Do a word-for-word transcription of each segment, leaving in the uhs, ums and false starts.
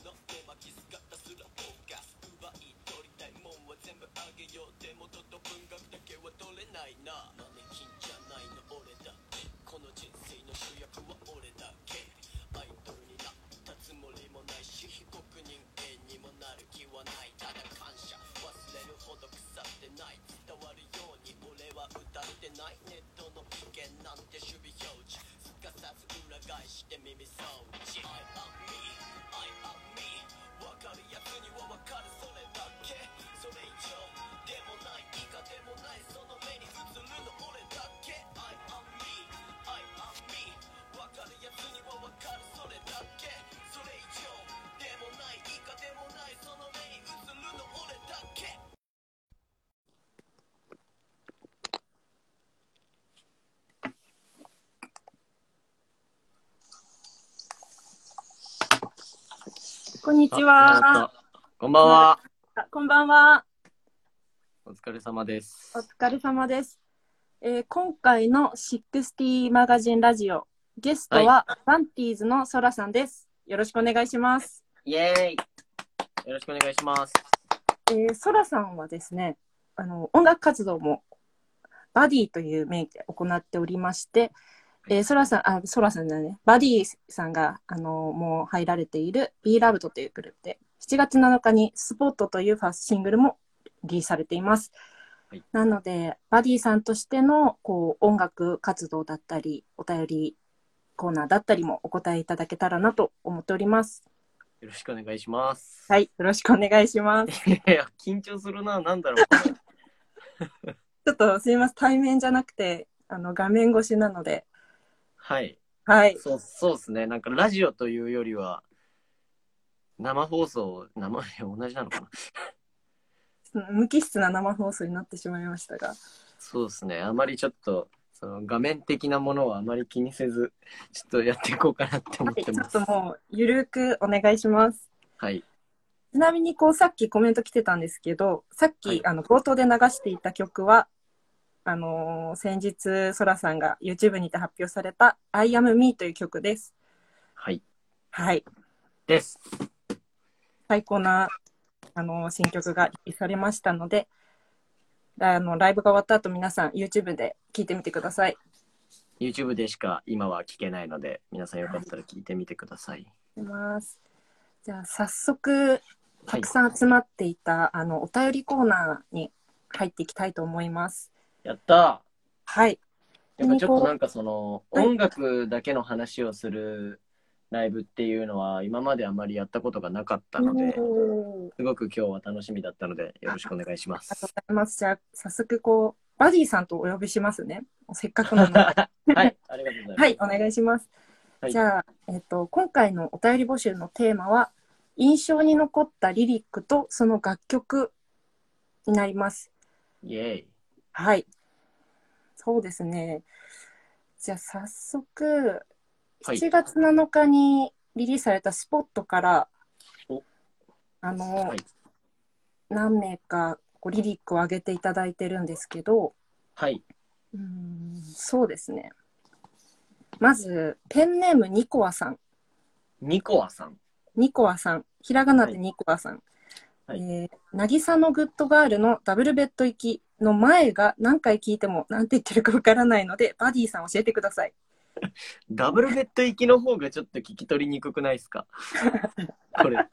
こんにちは。 こんばんは。 こんばんは。 お疲れ様です。 お疲れ様です。えー、今回のシックスティーマガジンラジオ、ゲストは、はい、バンティーズのソラさんです。よろしくお願いします。 イエーイ。よろしくお願いします。 えー、ソラさんはですね、あの音楽活動もバディという名義で行っておりまして、えー、ソラさん、あ、ソラさんだね、バディさんが、あのー、もう入られている B ラブドというグループで、しちがつなのかにスポットというファーストシングルもリリースされています。はい、なので、バディさんとしてのこう音楽活動だったり、お便りコーナーだったりもお答えいただけたらなと思っております。 よろしくお願いします。 はい、よろしくお願いします。 いや、緊張するな、なんだろう、これ。ちょっとすみません、対面じゃなくて、あの画面越しなので。 はい。 はい。 そう、そうですね。なんかラジオというよりは、生放送、生、同じなのかな無機質な生放送になってしまいましたが。 そうですね。あまりちょっと、その画面的なものはあまり気にせず、ちょっとやっていこうかなって思ってます。 はい、ちょっともう、ゆるくお願いします。 はい。 ちなみに、こう、さっきコメント来てたんですけど、さっき、はい、あの、冒頭で流していた曲は、あのー、先日、ソラさんが YouTube にて発表された I am me という曲です。 はい。 はい。 です。 最高な、あのー、新曲がリリースされましたので、あの、ライブが終わった後、皆さん YouTube で聴いてみてください。 YouTube でしか今は聴けないので、皆さんよかったら聴いてみてください。 はい、じゃあ、早速、たくさん集まっていた、はい、あの、お便りコーナーに入っていきたいと思います。 やったー。 はい。 やっぱちょっとなんかその、音楽だけの話をするライブっていうのは今まであまりやったことがなかったので、すごく今日は楽しみだったのでよろしくお願いします。 ありがとうございます。じゃあ早速こうバディさんとお呼びしますね。せっかくなので。 はい、ありがとうございます。 はい、お願いします。はい、じゃあ、えっと、今回のお便り募集のテーマは、印象に残ったリリックとその楽曲になります。 イエーイ。 はい。そうですね。じゃあ早速、しちがつなのかにリリースされたスポットから、はい、あの、はい、何名かこうリリックを上げていただいてるんですけど、 はい。 うーん、そうですね。まず、ペンネームニコアさん。 ニコアさん。 ニコアさん。ひらがなでニコアさん。はい、えー、渚のグッドガールのダブルベッド行きの前が何回聞いても何て言ってるかわからないので、バディさん教えてください。 ダブルベッド行きの方がちょっと聞き取りにくくないですかこれって。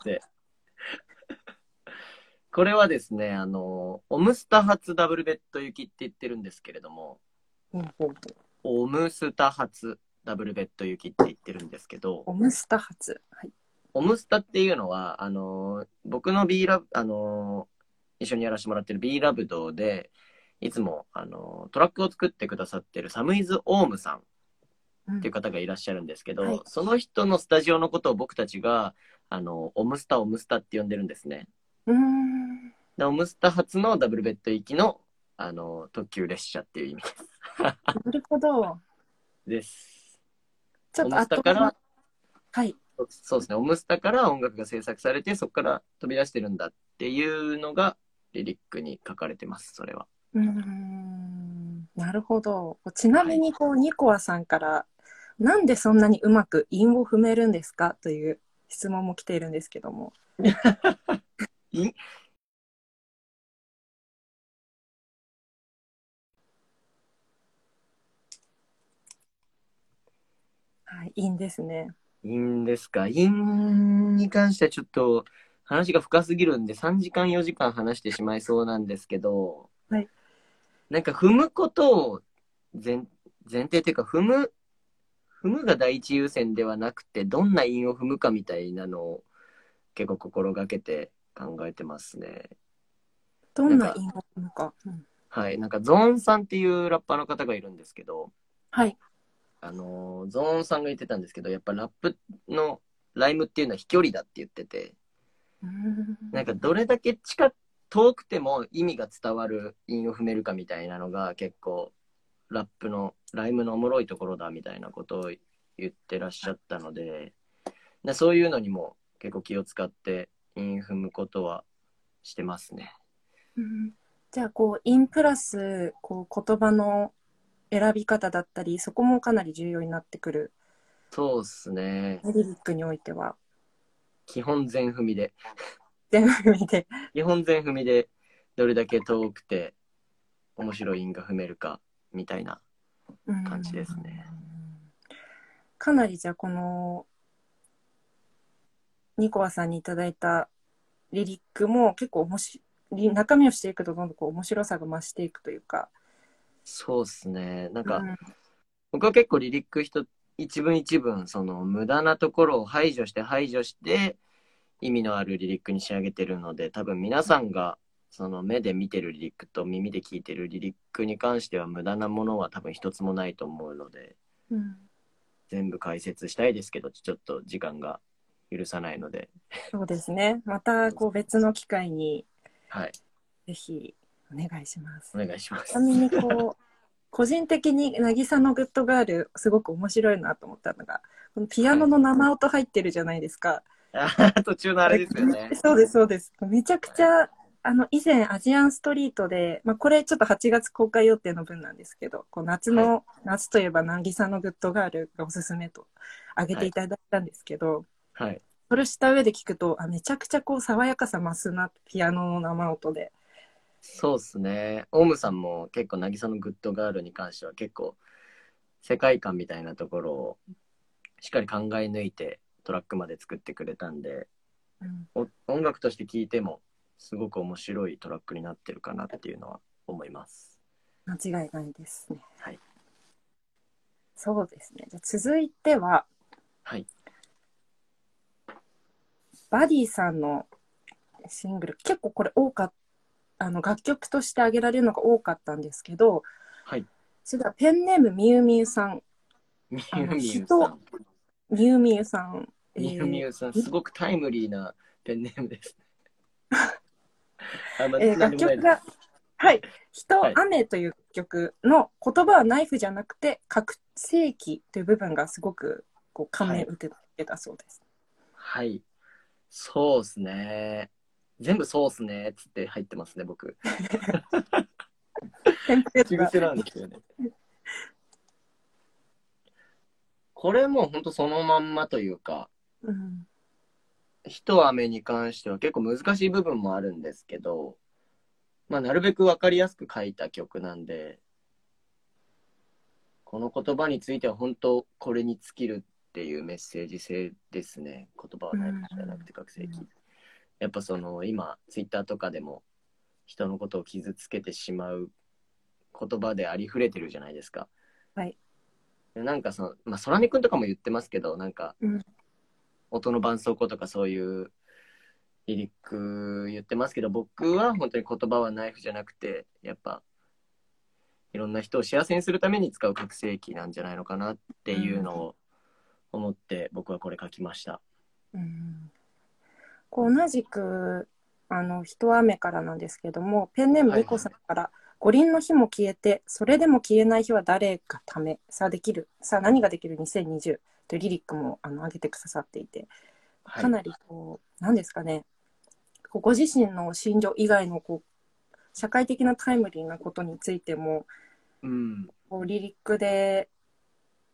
これはですね、あの、オムスタ発ダブルベッド行きって言ってるんですけれども、うんうんうん、オムスタ発ダブルベッド行きって言ってるんですけど、 オムスタ発、はい、 オムスタっていうのは、あの、僕の B ラブ、あの、一緒にやらせてもらってる B ラブドで、いつも、あの、トラックを作ってくださってるサムイズ・オームさんっていう方がいらっしゃるんですけど、うん、はい、その人のスタジオのことを僕たちが、あの、オムスタ、オムスタって呼んでるんですね。 うーん。 でオムスタ発のダブルベッド行きの、あの、特急列車っていう意味です。 なるほど。 です。 ちょっとオムスタから、 はい。 そうですね、オムスタから音楽が制作されて、そこから飛び出してるんだっていうのが、リリックに書かれてます、それは。 うーん、なるほど。ちなみにこう、はい、ニコアさんから、なんでそんなにうまく韻を踏めるんですかという質問も来ているんですけども。 いはい、いいんですね。 いいんですか。いいんに関してはちょっと話が深すぎるんでさんじかんよじかん話してしまいそうなんですけど、 はい。 なんか踏むことを前前提っていうか、踏む、踏むが第一優先ではなくて、どんな韻を踏むかみたいなのを結構心がけて考えてますね。なんか、 どんな韻を踏むか。うん、 はい、なんかゾーンさんっていうラッパーの方がいるんですけど、 はい。 あのーゾーンさんが言ってたんですけど、やっぱラップのライムっていうのは飛距離だって言ってて、 うーん。 なんかどれだけ近く、遠くても意味が伝わる韻を踏めるかみたいなのが結構ラップのライムのおもろいところだみたいなことを言ってらっしゃったので、でそういうのにも結構気を使って韻踏むことはしてますね。 うん、じゃあ、こう、韻プラス、こう、言葉の選び方だったり、そこもかなり重要になってくる。 そうっすね。 リリックにおいては。 基本全踏みで。 全部見て。 基本全踏みでどれだけ遠くて面白い韻が踏めるかみたいなうん、 感じですね。 かなりじゃあ、この、ニコアさんにいただいたリリックも結構面白い、中身をしていくとどんどんこう面白さが増していくというか。 そうっすね。なんか、 うん、 僕は結構リリック一一文一文、その無駄なところを排除して排除して意味のあるリリックに仕上げてるので、多分皆さんがその目で見てるリリックと耳で聞いてるリリックに関しては無駄なものは多分一つもないと思うので、 うん、 全部解説したいですけど、ちょっと時間が許さないので。 そうですね。またこう別の機会にはい。 ぜひお願いします。 お願いします。 ちなみにこう、個人的に渚のグッドガールすごく面白いなと思ったのが、このピアノの生音入ってるじゃないですか。 はい、途中のあれですよね。 そうです、そうです。めちゃくちゃ、あの、以前、アジアンストリートで、まあ、これちょっとはちがつ公開予定の分なんですけど、こう夏はい。 の、夏といえば、渚のグッドガールがおすすめと挙げていただいたんですけど、 はい。 それをした上で聞くと、あ、めちゃくちゃこう、爽やかさ増すな、ピアノの生音で。 そうっすね。オウムさんも結構、渚のグッドガールに関しては結構、世界観みたいなところをしっかり考え抜いてトラックまで作ってくれたんで、 うん、 お音楽として聴いてもすごく面白いトラックになってるかなっていうのは思います。 間違いないですね。 はい。 そうですね。じゃ続いては、 はい。 バディさんのシングル、結構これ多かった、あの楽曲として挙げられるのが多かったんですけど、 はい。 それではペンネームみゆみゆさん、 みあのゆみゆさ人、 ん。 みゆみゆさん、えみゆみーゆさん、すごくタイムリーなペンネームですね。あ、まあ、 えーなんで楽曲が、 もないです。 はい、人、 はい。 雨という曲の言葉はナイフじゃなくて、拡声器という部分がすごくこう感はい。 銘を受けたそうです。 はい。そうっすね。全部そうっすねっつって入ってますね、僕。 テンプレートが、 口癖なんですよね。これも本当そのまんまというか、 うん、 一雨に関しては結構難しい部分もあるんですけど、まあ、なるべく分かりやすく書いた曲なんで、この言葉については本当これに尽きるっていうメッセージ性ですね。言葉はないうん、 じゃなくて覚醒器。 うん、 やっぱその今、ツイッターとかでも人のことを傷つけてしまう言葉でありふれてるじゃないですか。 はい、 なんかその、まあ、空見くんとかも言ってますけど、なんか、 うん、 音の絆創膏とかそういうリリック言ってますけど、僕は本当に言葉はナイフじゃなくて、やっぱいろんな人を幸せにするために使う覚醒器なんじゃないのかなっていうのを思って僕はこれ書きました。 うん、こう同じくあの人雨からなんですけども、ペンネームニコはいはい。 さんから五輪の日も消えて、それでも消えない日は誰がため、さあできる、さあ何ができるにせんにじゅうというリリックもあの上げてくださっていて、 はい。 かなりこう、なんですかね、こうご自身の心情以外のこう社会的なタイムリーなことについても、 うん。 こうリリックで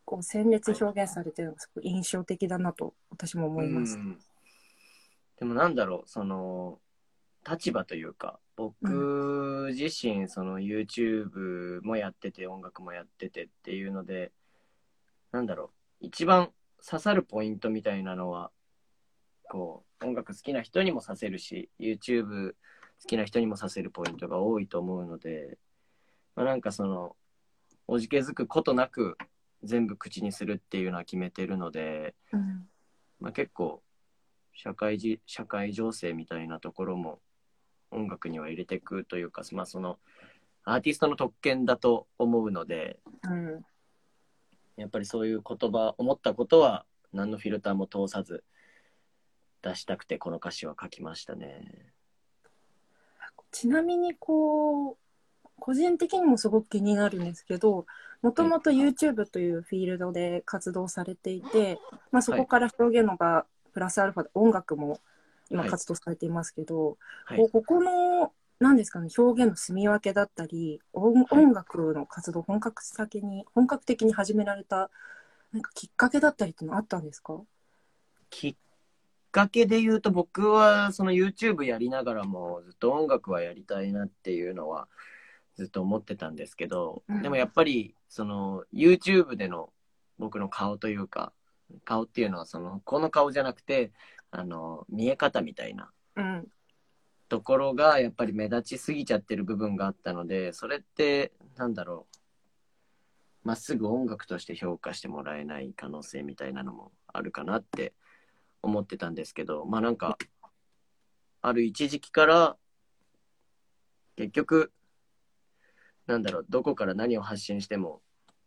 こう鮮烈に表現されてるのがすごい印象的だなと私も思います。 うん、でもなんだろう、その立場というか、 うん、 僕自身その YouTube もやってて音楽もやっててっていうので、なんだろう、一番刺さるポイントみたいなのは、こう音楽好きな人にもさせるし YouTube 好きな人にもさせるポイントが多いと思うので、まあ、なんかそのおじけづくことなく全部口にするっていうのは決めてるので、 うん、 まあ、結構社会じ社会情勢みたいなところも音楽には入れていくというか、まあ、そのアーティストの特権だと思うので、 うん、 やっぱりそういう言葉思ったことは何のフィルターも通さず出したくてこの歌詞は書きましたね。 ちなみにこう個人的にもすごく気になるんですけど、もとはいもと YouTube というフィールドで活動されていて、まあ、そはいこから表現の場プラスアルファで音楽も今はい活動されていますけど、 はいこうここの何ですかね、表現の住み分けだったり音、 はい。 音楽の活動本格的に本格的に始められたなんかきっかけだったりってのあったんですか？ きっかけで言うと、僕はその YouTube やりながらもずっと音楽はやりたいなっていうのはずっと思ってたんですけど、 うん、 でもやっぱりその YouTube での僕の顔というか、顔っていうのはそのこの顔じゃなくて、あの見え方みたいなうん、 ところがやっぱり目立ちすぎちゃってる部分があったので、それってなんだろう、まっすぐ音楽として評価してもらえない可能性みたいなのもあるかなって思ってたんですけど、まあなんかある一時期から結局なんだろう、どこから何を発信しても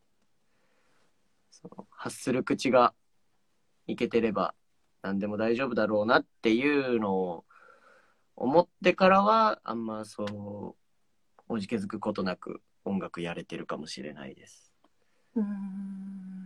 その発する口がいけてれば何でも大丈夫だろうなっていうのを思ってからは、あんまそうおじけづくことなく音楽やれてるかもしれないです。 うん、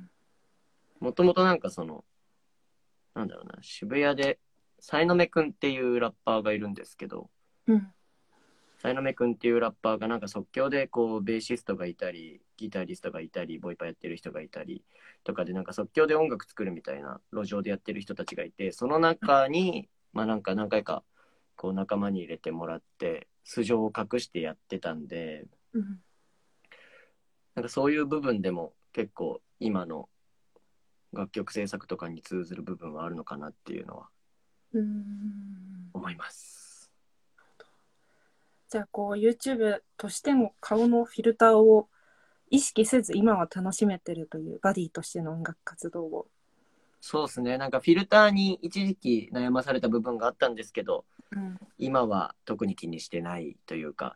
もともとなんかそのなんだろうな、渋谷でさいの目くんっていうラッパーがいるんですけど、 うん、 さいの目くんっていうラッパーがなんか即興でこうベーシストがいたりギタリストがいたりボイパやってる人がいたりとかで、なんか即興で音楽作るみたいな路上でやってる人たちがいて、その中にまあなんか何回かこう仲間に入れてもらって素性を隠してやってたんで、 うん、 なんかそういう部分でも結構今の楽曲制作とかに通ずる部分はあるのかなっていうのはうん。 思います。 じゃあこう YouTube としても顔のフィルターを意識せず今は楽しめてるというバディとしての音楽活動を。 そうですね。なんかフィルターに一時期悩まされた部分があったんですけど、 うん、 今は特に気にしてないというか、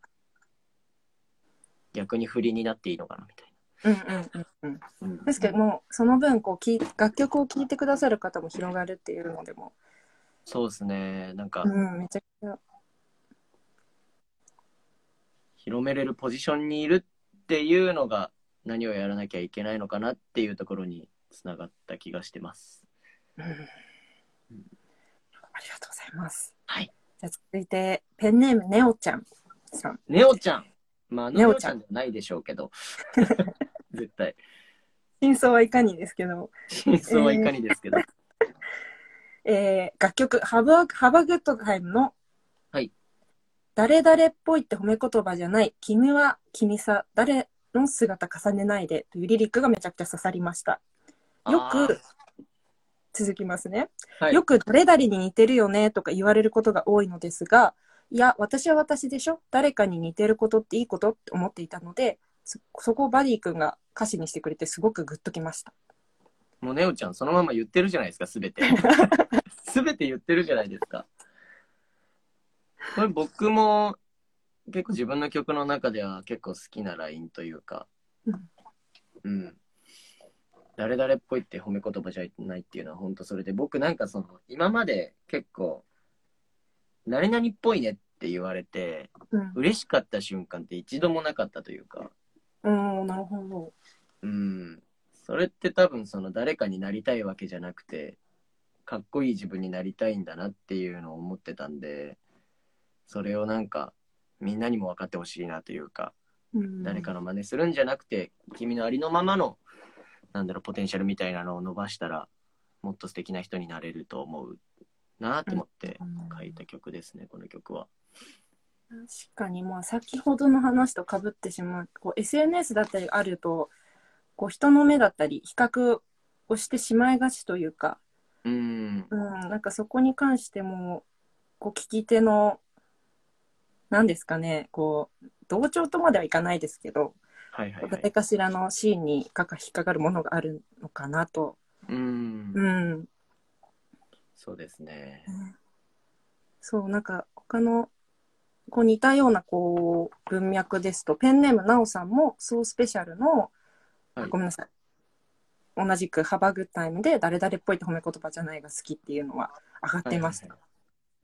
逆に振りになっていいのかなみたいうんうんうんうん。 な。うん、 ですけどもその分こうき楽曲を聴いてくださる方も広がるっていうのでも、 そうですね。なんかうん、めちゃくちゃ。 広めれるポジションにいるっていうのが何をやらなきゃいけないのかなっていうところにつながった気がしてます。 うん、ありがとうございます。 はい。 じゃあ続いてペンネームネオちゃんさん。 ネオちゃん。まあ、あのネオネオちゃん。 ちゃんではないでしょうけど、絶対。 真相はいかにですけど、 真相はいかにですけど。 えーえー楽曲ハバハバグッドタイムのはい。 誰々っぽいって褒め言葉じゃない。君は君さ、誰の姿重ねないでというリリックがめちゃくちゃ刺さりました。よあく、続きますね。 あ。はい。 よく誰々に似てるよねとか言われることが多いのですが、いや、私は私でしょ。誰かに似てることっていいことって思っていたので、そ、そこをバディ君が歌詞にしてくれてすごくグッときました。 もうネオちゃんそのまま言ってるじゃないですか、すべて。すべて言ってるじゃないですか。これ僕も結構自分の曲の中では結構好きなラインというか、 うん、 うん。誰々っぽいって褒め言葉じゃないっていうのは本当それで、僕なんかその今まで結構何々っぽいねって言われてうん、 嬉しかった瞬間って一度もなかったというか、 うん、なるほど。 うん。それって多分その誰かになりたいわけじゃなくて、かっこいい自分になりたいんだなっていうのを思ってたんで、それをなんかみんなにも分かってほしいなというか、 うん、 誰かの真似するんじゃなくて君のありのままのなんだろう、ポテンシャルみたいなのを伸ばしたら、もっと素敵な人になれると思うなって思って書いた曲ですね、この曲は。 確かに、まあ、先ほどの話とかぶってしまう、こう エスエヌエス だったりあると、こう人の目だったり比較をしてしまいがちというか、 うん、 うん、なんかそこに関してもこう聞き手の何ですかね、こう同調とまではいかないですけど、 はいはいはい。 誰かしらのシーンにかか引っかかるものがあるのかなと。 うん、 うん、 そうですね。 そうなんか他のこう似たようなこう文脈ですと、ペンネームなおさんもそうスペシャルの、あ、 はい。 ごめんなさい、同じくハバグッタイムで誰々っぽいって褒め言葉じゃないが好きっていうのは上がってました。 はいはいはい。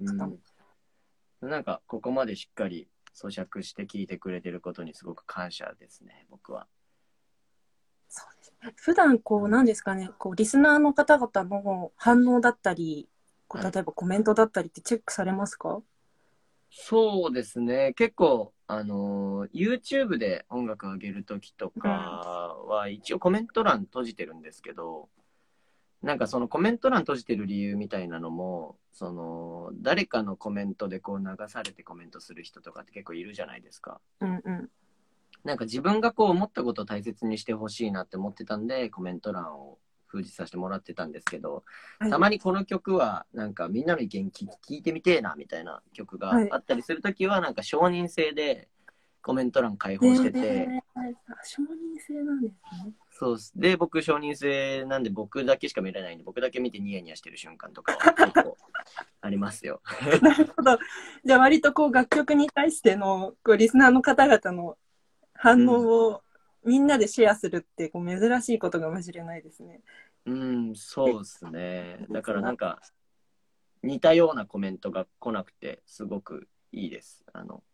うん。なんか、ここまでしっかり咀嚼して聞いてくれてることにすごく感謝ですね、僕は。 そうですね。普段こうなんですかね、こうリスナーの方々の反応だったり、こうはい。 例えばコメントだったりってチェックされますか？ そうですね。結構、あのー YouTube で音楽上げるときとかうん。 は、一応コメント欄閉じてるんですけど、なんかそのコメント欄閉じてる理由みたいなのも、その、誰かのコメントでこう流されてコメントする人とかって結構いるじゃないですか。 うんうん。 なんか自分がこう思ったことを大切にしてほしいなって思ってたんで、コメント欄を封じさせてもらってたんですけど、 はい。 たまにこの曲はなんかみんなの意見聞聞いてみてえなみたいな曲がはい。 あったりするときは、なんか承認制でコメント欄開放しねてて、 え、承認制なんですね。 そうっす。で、僕承認制なんで僕だけしか見れないんで、僕だけ見てニヤニヤしてる瞬間とかは結構ありますよ。 なるほど。じゃあ割とこう楽曲に対してのこうリスナーの方々の反うん。 応をみんなでシェアするってこう珍しいことかもしれないですね。 うん、 え、 そうっすね。だかそうだ。 らなんか似たようなコメントが来なくてすごくいいです。あの、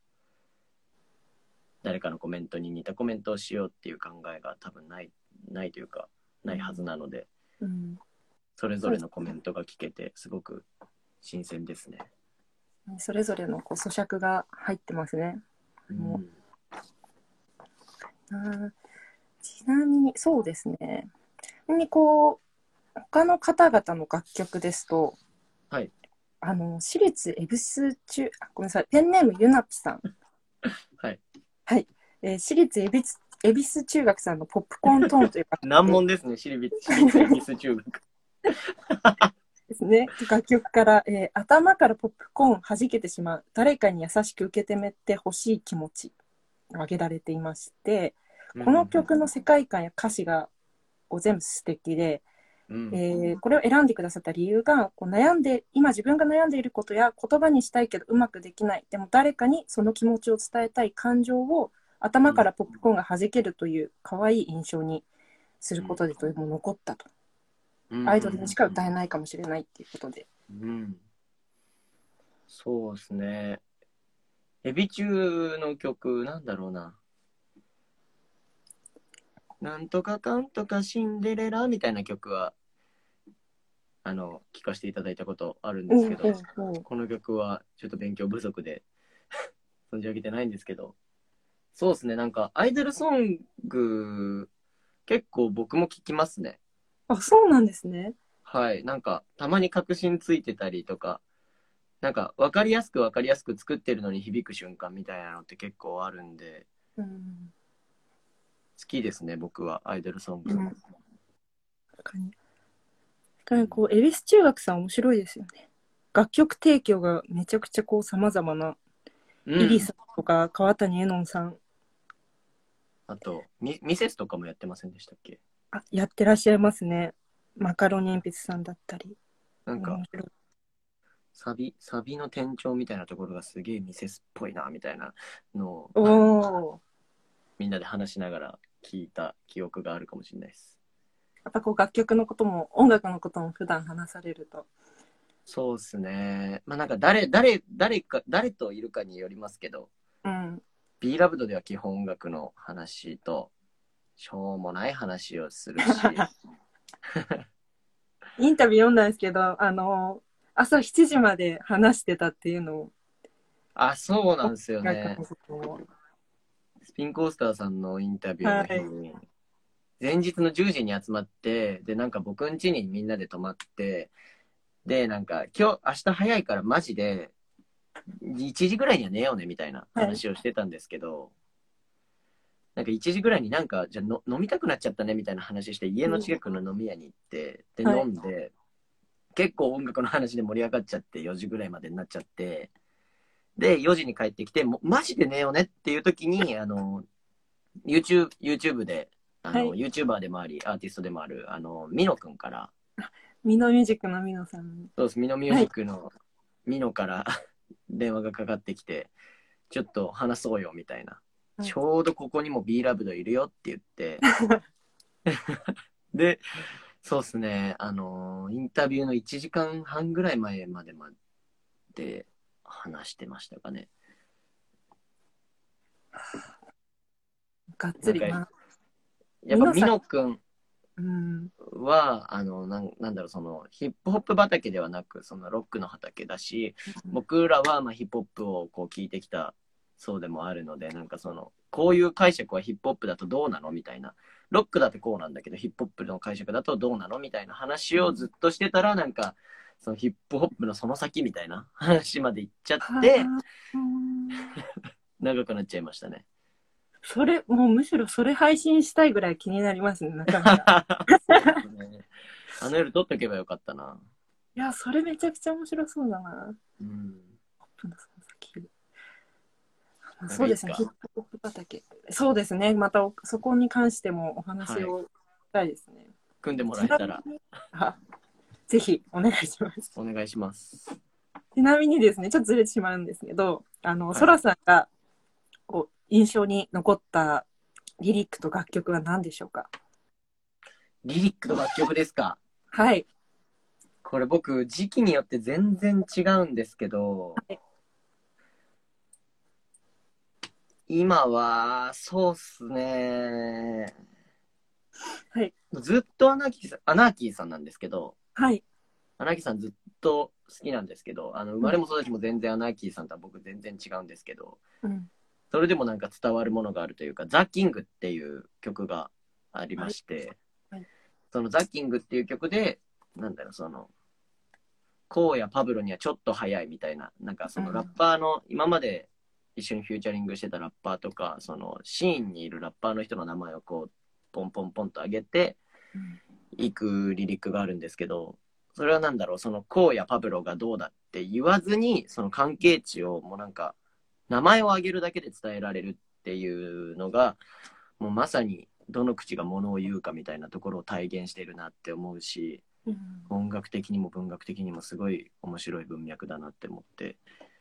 誰かのコメントに似たコメントをしようっていう考えが多分ない、ないというか、ないはずなので、 うん。 それぞそうでれのコメントが聞けてすごく新鮮ですね。 すね。それぞれのこう咀嚼が入ってますね。もうん。 うあちなみに、そうですね。ちなみにこう、他の方々の楽曲ですと、 はい。 あの、私立恵比寿中、あ、ごめんなさい、ペンネームゆなぴさん。 はい。 はい。えー私立恵比寿、恵比寿中学さんのポップコーントーンという楽難曲問ですね、私立、私立恵比寿中学。 ですね。楽曲から、えー頭からポップコーン弾けてしまう。誰かに優しく受け止めてほしい気持ち。挙げられていまして、この曲の世界観や歌詞がこう全部素敵で、 うん。 えーこれを選んでくださった理由が、こう悩んで、今自分が悩んでいることや言葉にしたいけどうまくできない。でも誰かにその気持ちを伝えたい感情を頭からポップコーンが弾けるという可愛い印象にすることでというのも残ったと。 うん。 アイドルにしか歌えないかもしれないっていうことで。 うん。そうですね。エビ中の曲、なんだろうな。なんとかかんとかシンデレラみたいな曲は、あの、聞かせていただいたことあるんですけど、 うんうんうん、 この曲はちょっと勉強不足で存じ上げてないんですけど、そうですね、なんかアイドルソング、結構僕も聞きますね。 あ、そうなんですね。 はい。なんか、たまに確信ついてたりとか、なんか、わかりやすくわかりやすく作ってるのに響く瞬間みたいなのって結構あるんで、 うん、 好きですね、僕は、アイドルソング。 うん、確かに。確かにこう、恵比寿中学さん面白いですよね。楽曲提供がめちゃくちゃこう様々な、 うん。 イリさんとか川谷絵音さん、 あと、ミ、ミセスとかもやってませんでしたっけ？ あ、やってらっしゃいますね。マカロニ鉛筆さんだったり。 なんか、 面白い。 サビ、サビの転調みたいなところがすげえミセスっぽいな、みたいなのをおー。 みんなで話しながら聞いた記憶があるかもしれないです。 やっぱこう楽曲のことも音楽のことも普段話されると。 そうですね。まあなんか誰、誰、誰か、誰といるかによりますけど、 うん。 B ラブドでは基本音楽の話と、しょうもない話をするし、 インタビュー読んだんですけど、あの、朝しちじまで話してたっていうのを、 あ、そうなん音ですよね。 楽のことを。 スピンコースターさんのインタビューの日はい。 に、 前日のじゅうじに集まって、で、なんか僕ん家にみんなで泊まって、で、なんか今日、明日早いからマジで、いちじぐらいには寝ようねみたいな話をしてたんですけど、はい、なんかいちじぐらいになんか、じゃあの飲みたくなっちゃったねみたいな話して、家の近くの飲み屋に行って、で、飲んで、はい、結構音楽の話で盛り上がっちゃって、よじぐらいまでになっちゃって、で、よじに帰ってきて、もマジで寝ようねっていう時に、あの、YouTube、YouTube で、あの、はい、YouTuber でもあり、アーティストでもある、あの、ミノくんから、 ミノミュージックのミノさん。 そうです、ミノミュージックのミノから電話がかかってきて、ちょっと話そうよみたいな。はい、ちょうどここにも B ラブドいるよって言って、で、そうですね、あの、インタビューのいちじかんはんぐらい前までまで話してましたかね。 がっつりな。 やっぱミノくんは、 うん、 あのな、なんだろう、そのヒップホップ畑ではなく、そのロックの畑だし、うん、僕らはまあヒップホップをこう聞いてきたそうでもあるので、なんかその、こういう解釈はヒップホップだとどうなのみたいな。ロックだとこうなんだけど、ヒップホップの解釈だとどうなのみたいな話をずっとしてたら、なんか、そのヒップホップのその先みたいな話まで行っちゃって、長くなっちゃいましたね。 それ、もうむしろそれ配信したいぐらい気になりますね、中身が。 ね、あの夜撮っとけばよかったな。 いや、それめちゃくちゃ面白そうだな。 うん。 そうですね、ヒップホップ畑。そうですね、またそこに関してもお話をしたいですね。はい、 組んでもらえたら。 ぜひお願いします。 お願いします。 ちなみにですね、ちょっとずれてしまうんですけど、あの、そらさんがこう印象に残ったリリックと楽曲は何でしょうか？ リリックと楽曲ですか？ はい。 これ僕、時期によって全然違うんですけど、はい、今は、そうっすね。 はい。 ずっとアナーキーさん、アナーキーさんなんですけど、 はい。 アナーキーさんずっと好きなんですけど、あの、生まれも育ちも全然アナーキーさんとは僕全然違うんですけど、うん、それでもなんか伝わるものがあるというか、ザ・キングっていう曲がありまして、はいはい、そのザ・キングっていう曲で、なんだろう、その、コウやパブロにはちょっと早いみたいな、なんかそのラッパーの、今まで一緒にフューチャリングしてたラッパーとか、そのシーンにいるラッパーの人の名前をこう、ポンポンポンと上げていくリリックがあるんですけど、それはなんだろう、そのコウやパブロがどうだって言わずに、その関係値をもうなんか、名前を挙げるだけで伝えられるっていうのが、もうまさにどの口がものを言うかみたいなところを体現しているなって思うし、うん、音楽的にも文学的にもすごい面白い文脈だなって思って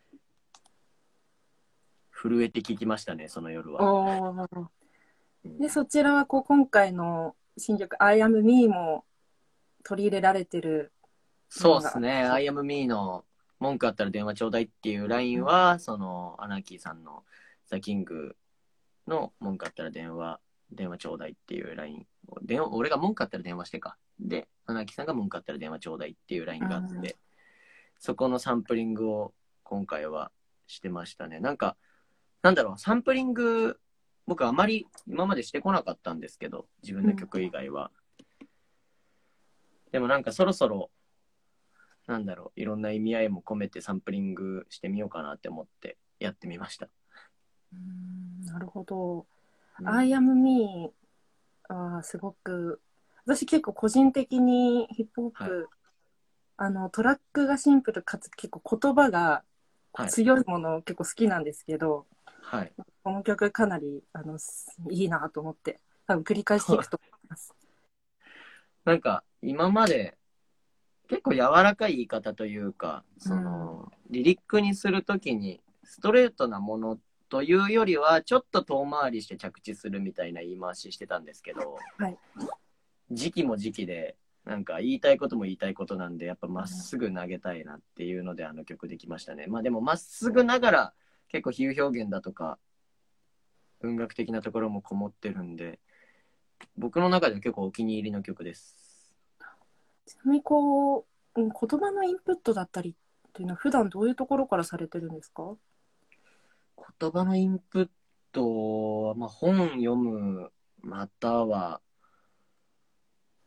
震えて聞きましたね、その夜は。 でそちらはこう今回の新曲「I am me」も取り入れられてる。 そうですね、「I am me」の文句あったら電話ちょうだいっていうラインは、うん、そのアナーキーさんのザ・キングの文句あったら電話電話ちょうだいっていうライン、電話俺が文句あったら電話してか、でアナーキーさんが文句あったら電話ちょうだいっていうラインがあって、うん、そこのサンプリングを今回はしてましたね。なんかなんだろう、サンプリング僕あまり今までしてこなかったんですけど、自分の曲以外は、うん、でもなんかそろそろなんだろう、いろんな意味合いも込めてサンプリングしてみようかなって思ってやってみました。 うーん、なるほど。うん、I am me はすごく、私結構個人的にヒップホップ、はい、あのトラックがシンプルかつ結構言葉が強いもの結構好きなんですけど、はい、この曲かなりあのいいなと思って多分繰り返していくと思います。 なんか今まで結構柔らかい言い方というか、その、うん、リリックにするときにストレートなものというよりはちょっと遠回りして着地するみたいな言い回ししてたんですけど、はい、時期も時期でなんか言いたいことも言いたいことなんで、やっぱまっすぐ投げたいなっていうのであの曲できましたね。まあでもまっすぐながら結構比喩表現だとか文学的なところもこもってるんで、僕の中では結構お気に入りの曲です。 ちなみにこう言葉のインプットだったりっていうのは普段どういうところからされてるんですか？ 言葉のインプットは、まあ、本読むまたは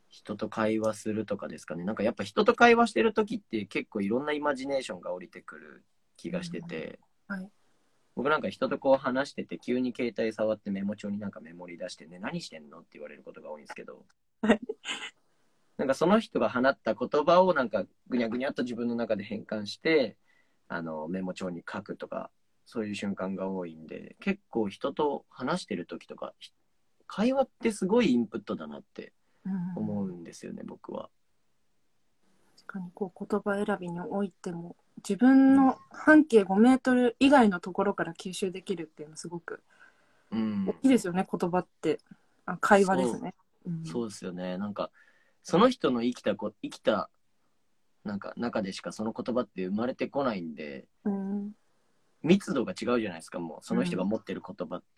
人と会話するとかですかね。なんかやっぱ人と会話してる時って結構いろんなイマジネーションが降りてくる気がしてて、 うん、はい、 僕なんか人とこう話してて急に携帯触ってメモ帳になんかメモり出してね、何してんのって言われることが多いんですけど、なんかその人が放った言葉をなんかぐにゃぐにゃっと自分の中で変換してあのメモ帳に書くとか、そういう瞬間が多いんで、結構人と話してる時とか会話ってすごいインプットだなって思うんですよね、うん、僕は。 確かにこう言葉選びにおいても自分の半径ごメートル以外のところから吸収できるっていうのはすごく大きいですよね、うん、言葉ってあ会話ですね。 そう、うん、そうですよね。なんかその人の生きたこ生きたなんか中でしかその言葉って生まれてこないんで、うん、密度が違うじゃないですか、もうその人が持ってる言葉って、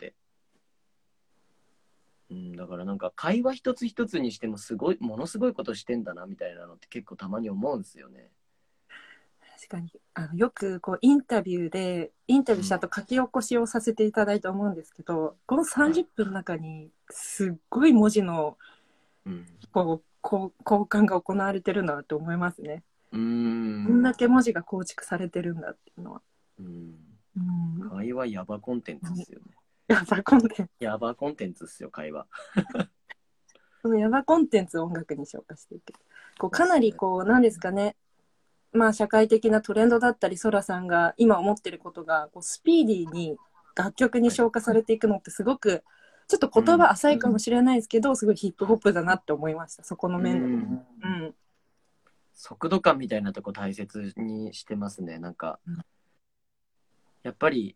うんうん、だからなんか会話一つ一つにしてもすごいものすごいことしてんだなみたいなのって結構たまに思うんですよね。 確かにあのよくこうインタビューでインタビューした後書き起こしをさせていただいて思うんですけど、うん、このさんじゅっぷんの中にすっごい文字の、うん、こうこう交換が行われてるんだなって思いますね。うーん、こんだけ文字が構築されてるんだっていうのは。うん、 うん、会話ヤバコンテンツですよね。 ヤバコンテンツ。 ヤバコンテンツですよ、会話。 そのヤバコンテンツを音楽に昇華していく。こうかなりこう、なんですかね。まあ社会的なトレンドだったり、ソラさんが今思ってることがこうスピーディーに楽曲に昇華されていくのってすごく、ちょっと言葉浅いかもしれないですけど、うん、すごいヒップホップだなって思いました。そこの面で。うん。うん、 速度感みたいなとこ大切にしてますね。なんか、やっぱり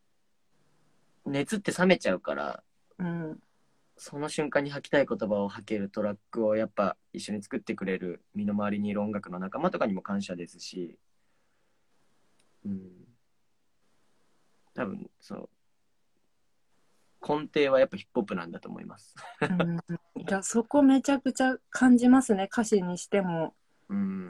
熱って冷めちゃうから、うん、その瞬間に吐きたい言葉を吐けるトラックをやっぱ一緒に作ってくれる身の回りにいる音楽の仲間とかにも感謝ですし、うん、多分そう根底はやっぱヒップホップなんだと思います。 うん、いやそこめちゃくちゃ感じますね。歌詞にしても、うん、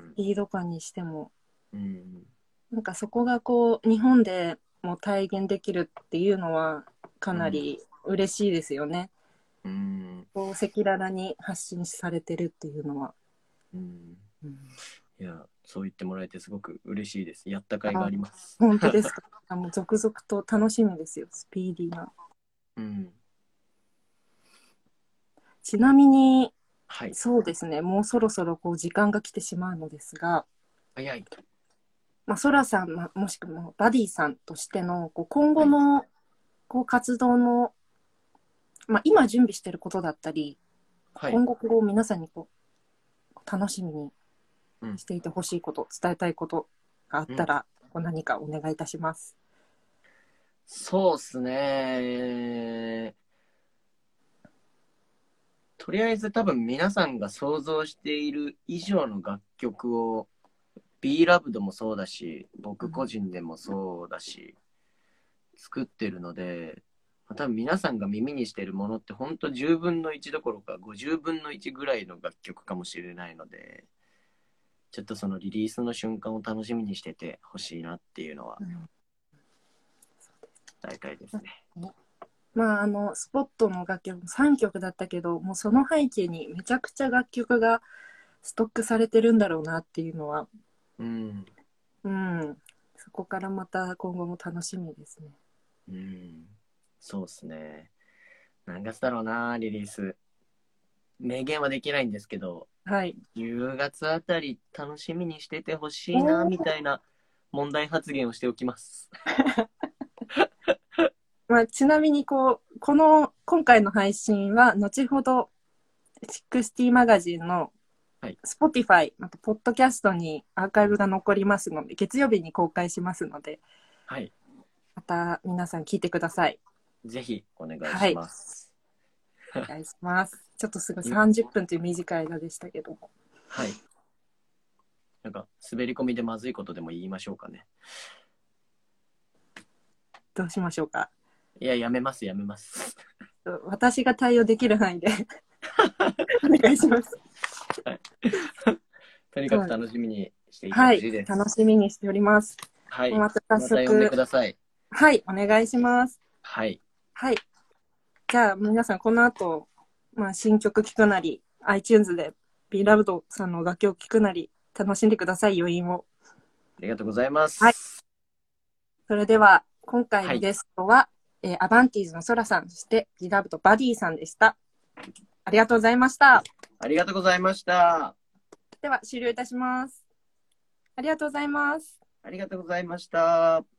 リード感にしても、うん、なんかそこがこう日本でも体現できるっていうのはかなり嬉しいですよね。うん、こう赤裸々に発信されてるっていうのは、うんうん、いやそう言ってもらえてすごく嬉しいです。やった甲斐があります。 本当ですか。もう続々と楽しみですよ、スピーディーな。うん、ちなみに、はい、そうですね、もうそろそろこう時間が来てしまうのですが、 早い。 まあ、ソラさん、まあ、もしくはバディさんとしてのこう今後のこう活動の、まあ、今準備していることだったり、はい、今後こう皆さんにこう楽しみにしていてほしいこと、うん、伝えたいことがあったら、うん、何かお願いいたします。 そうっすね。とりあえず多分皆さんが想像している以上の楽曲を B ラブドもそうだし、僕個人でもそうだし、うん、作ってるので、多分皆さんが耳にしてるものって本当じゅうぶんのいちどころかごじゅうぶんのいちぐらいの楽曲かもしれないので、ちょっとそのリリースの瞬間を楽しみにしててほしいなっていうのは伝えたいですね。 まあ、あのスポットの楽曲もさんきょくだったけど、もうその背景にめちゃくちゃ楽曲がストックされてるんだろうなっていうのは、うん、うん、そこからまた今後も楽しみですね。 うん、そうですね。何月だろうな、リリース。明言はできないんですけど、はい、じゅうがつあたり楽しみにしててほしいなみたいな問題発言をしておきます。 まあ、ちなみにこうこの今回の配信は後ほどシックスティマガジンの Spotify、またポッドキャストにアーカイブが残りますので、月曜日に公開しますので、はい、また皆さん聞いてください。 ぜひお願いします。 はい、お願いします。ちょっとすごいさんじゅっぷんという短い間でしたけども。 はい。なんか滑り込みでまずいことでも言いましょうかね。 どうしましょうか。 いや、やめます、やめます。 私が対応できる範囲でお願いします。 はい、とにかく楽しみにしていてほしいです。 はい、楽しみにしております。 はい。また早速、また呼んでください。 はい、お願いします。 はい。 はい。じゃあ皆さんこの後、まあ、新曲聴くなり iTunes でビーラブドさんの楽曲を聴くなり楽しんでください、余韻を。 ありがとうございます。 はい。それでは、今回はい。 のゲストは、えーアバンティーズのソラさん、そしてビーラブドバディさんでした。ありがとうございました。 ありがとうございました。 では、終了いたします。ありがとうございます。 ありがとうございました。